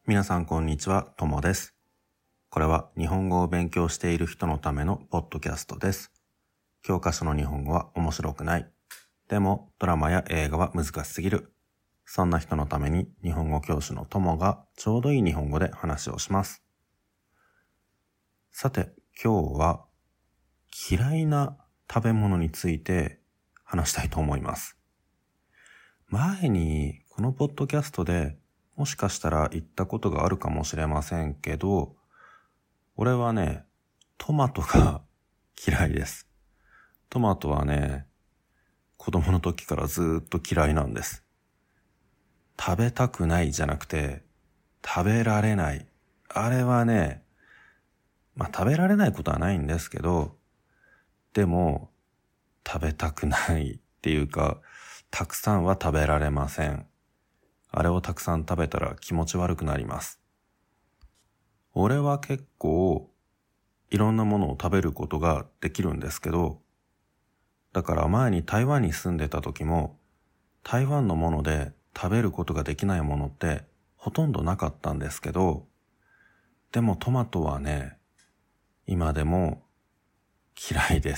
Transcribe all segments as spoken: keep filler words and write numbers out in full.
皆さんこんにちは、ともです。これは日本語を勉強している人のためのポッドキャストです。教科書の日本語は面白くない。でもドラマや映画は難しすぎる。そんな人のために日本語教師のともがちょうどいい日本語で話をします。さて、今日は嫌いな食べ物について話したいと思います。前にこのポッドキャストでもしかしたら言ったことがあるかもしれませんけど、俺はね、トマトが嫌いです。トマトはね、子供の時からずーっと嫌いなんです。食べたくないじゃなくて、食べられない。あれはね、まあ食べられないことはないんですけど、でも食べたくないっていうか、たくさんは食べられません。あれをたくさん食べたら気持ち悪くなります。俺は結構いろんなものを食べることができるんですけど、だから前に台湾に住んでた時も、台湾のもので食べることができないものってほとんどなかったんですけど、でもトマトはね、今でも嫌いです。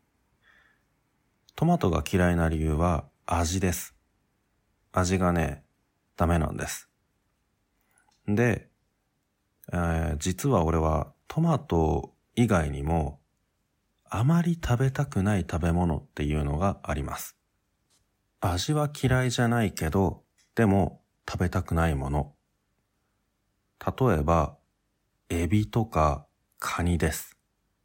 トマトが嫌いな理由は味です。味がね、ダメなんです。で、えー、実は俺はトマト以外にもあまり食べたくない食べ物っていうのがあります。味は嫌いじゃないけど、でも食べたくないもの。例えば、エビとかカニです。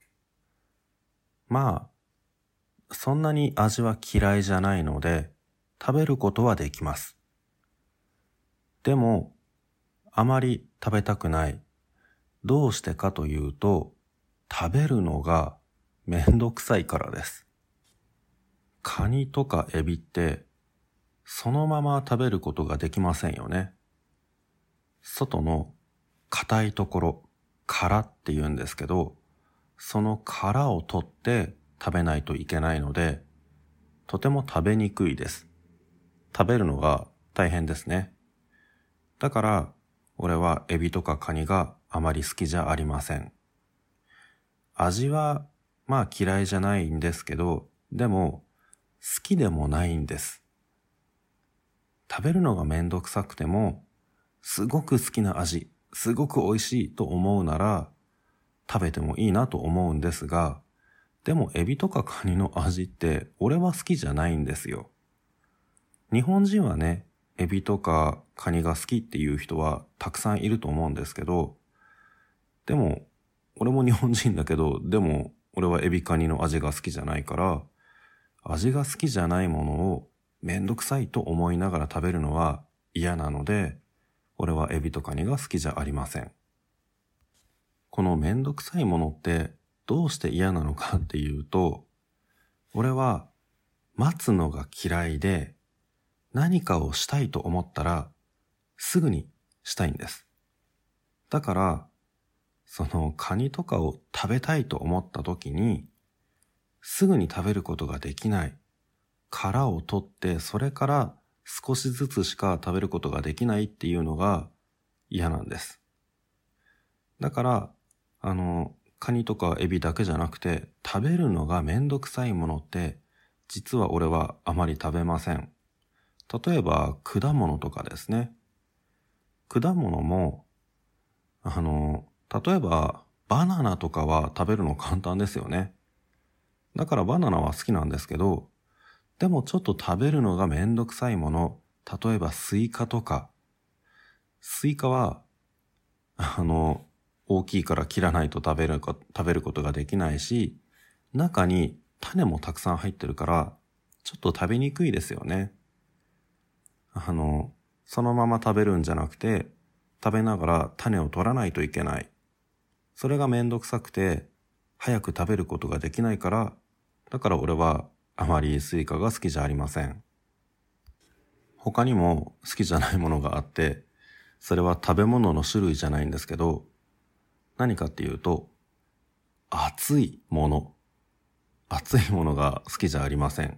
まあ、そんなに味は嫌いじゃないので、食べることはできます。でも、あまり食べたくない。どうしてかというと、食べるのがめんどくさいからです。カニとかエビって、そのまま食べることができませんよね。外の硬いところ、殻って言うんですけど、その殻を取って食べないといけないので、とても食べにくいです。食べるのが大変ですね。だから、俺はエビとかカニがあまり好きじゃありません。味はまあ嫌いじゃないんですけど、でも好きでもないんです。食べるのがめんどくさくても、すごく好きな味、すごく美味しいと思うなら、食べてもいいなと思うんですが、でもエビとかカニの味って俺は好きじゃないんですよ。日本人はね、エビとかカニが好きっていう人はたくさんいると思うんですけど、でも俺も日本人だけど、でも俺はエビカニの味が好きじゃないから、味が好きじゃないものをめんどくさいと思いながら食べるのは嫌なので、俺はエビとカニが好きじゃありません。このめんどくさいものってどうして嫌なのかっていうと、俺は待つのが嫌いで、何かをしたいと思ったらすぐにしたいんです。だから、そのカニとかを食べたいと思った時に、すぐに食べることができない。殻を取ってそれから少しずつしか食べることができないっていうのが嫌なんです。だから、あの、カニとかエビだけじゃなくて、食べるのがめんどくさいものって、実は俺はあまり食べません。例えば、果物とかですね。果物も、あの、例えば、バナナとかは食べるの簡単ですよね。だからバナナは好きなんですけど、でもちょっと食べるのがめんどくさいもの、例えばスイカとか。スイカは、あの、大きいから切らないと食べるか、食べることができないし、中に種もたくさん入ってるから、ちょっと食べにくいですよね。あの、そのまま食べるんじゃなくて、食べながら種を取らないといけない。それがめんどくさくて、早く食べることができないから、だから俺はあまりスイカが好きじゃありません。他にも好きじゃないものがあって、それは食べ物の種類じゃないんですけど、何かっていうと、熱いもの。熱いものが好きじゃありません。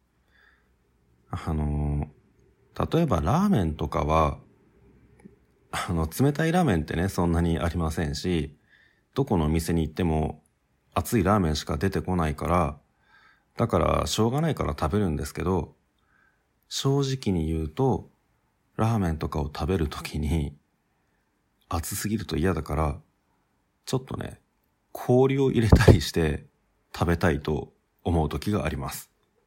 あのー、例えばラーメンとかはあの、冷たいラーメンってね、そんなにありませんし、どこのお店に行っても熱いラーメンしか出てこないから、だからしょうがないから食べるんですけど、正直に言うと、ラーメンとかを食べるときに、熱すぎると嫌だから、ちょっとね、氷を入れたりして食べたいと思うときがあります。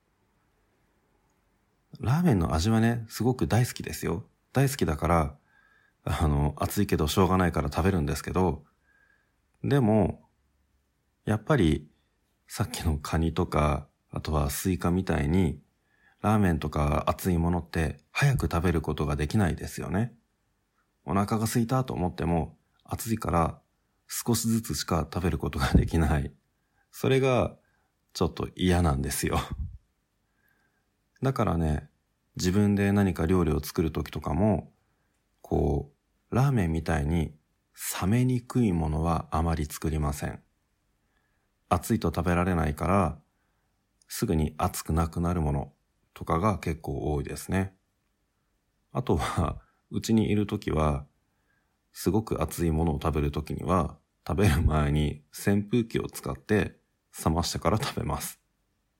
ラーメンの味はね、すごく大好きですよ。大好きだから、あの、暑いけどしょうがないから食べるんですけど、でも、やっぱり、さっきのカニとか、あとはスイカみたいに、ラーメンとか熱いものって早く食べることができないですよね。お腹が空いたと思っても、暑いから少しずつしか食べることができない。それが、ちょっと嫌なんですよ。だからね、自分で何か料理を作るときとかも、こう、ラーメンみたいに冷めにくいものはあまり作りません。熱いと食べられないから、すぐに熱くなくなるものとかが結構多いですね。あとは、うちにいるときは、すごく熱いものを食べるときには、食べる前に扇風機を使って冷ましてから食べます。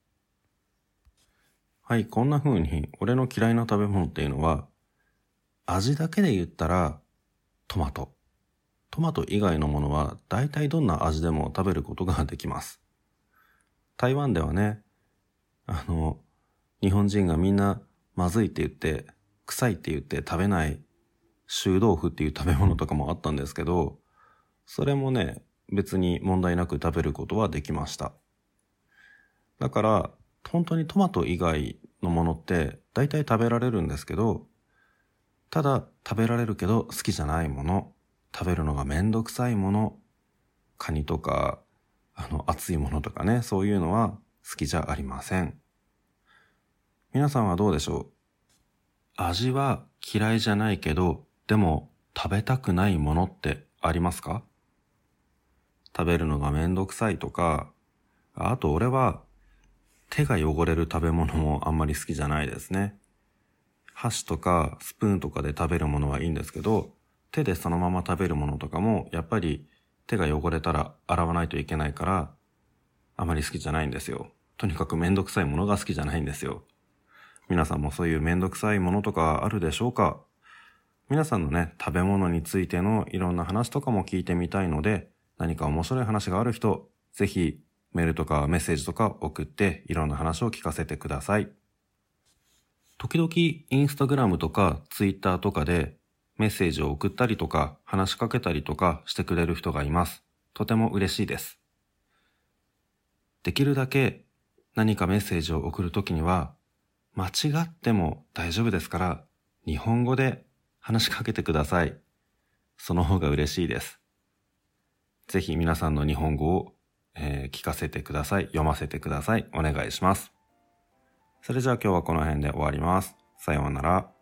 はい、こんな風に俺の嫌いな食べ物っていうのは、味だけで言ったらトマト。トマト以外のものは大体どんな味でも食べることができます。台湾ではね、あの、日本人がみんなまずいって言って、臭いって言って食べない臭豆腐っていう食べ物とかもあったんですけど、それもね、別に問題なく食べることはできました。だから、本当にトマト以外のものって大体食べられるんですけど、ただ食べられるけど好きじゃないもの、食べるのがめんどくさいもの、カニとか、あの熱いものとかね、そういうのは好きじゃありません。皆さんはどうでしょう？味は嫌いじゃないけど、でも食べたくないものってありますか？食べるのがめんどくさいとか、あと俺は手が汚れる食べ物もあんまり好きじゃないですね。箸とかスプーンとかで食べるものはいいんですけど、手でそのまま食べるものとかもやっぱり手が汚れたら洗わないといけないからあまり好きじゃないんですよ。とにかくめんどくさいものが好きじゃないんですよ。皆さんもそういうめんどくさいものとかあるでしょうか？皆さんのね、食べ物についてのいろんな話とかも聞いてみたいので、何か面白い話がある人、ぜひメールとかメッセージとか送っていろんな話を聞かせてください。時々インスタグラムとかツイッターとかでメッセージを送ったりとか話しかけたりとかしてくれる人がいます。とても嬉しいです。できるだけ何かメッセージを送るときには間違っても大丈夫ですから日本語で話しかけてください。その方が嬉しいです。ぜひ皆さんの日本語を、えー、聞かせてください。読ませてください。お願いします。それじゃあ今日はこの辺で終わります。さようなら。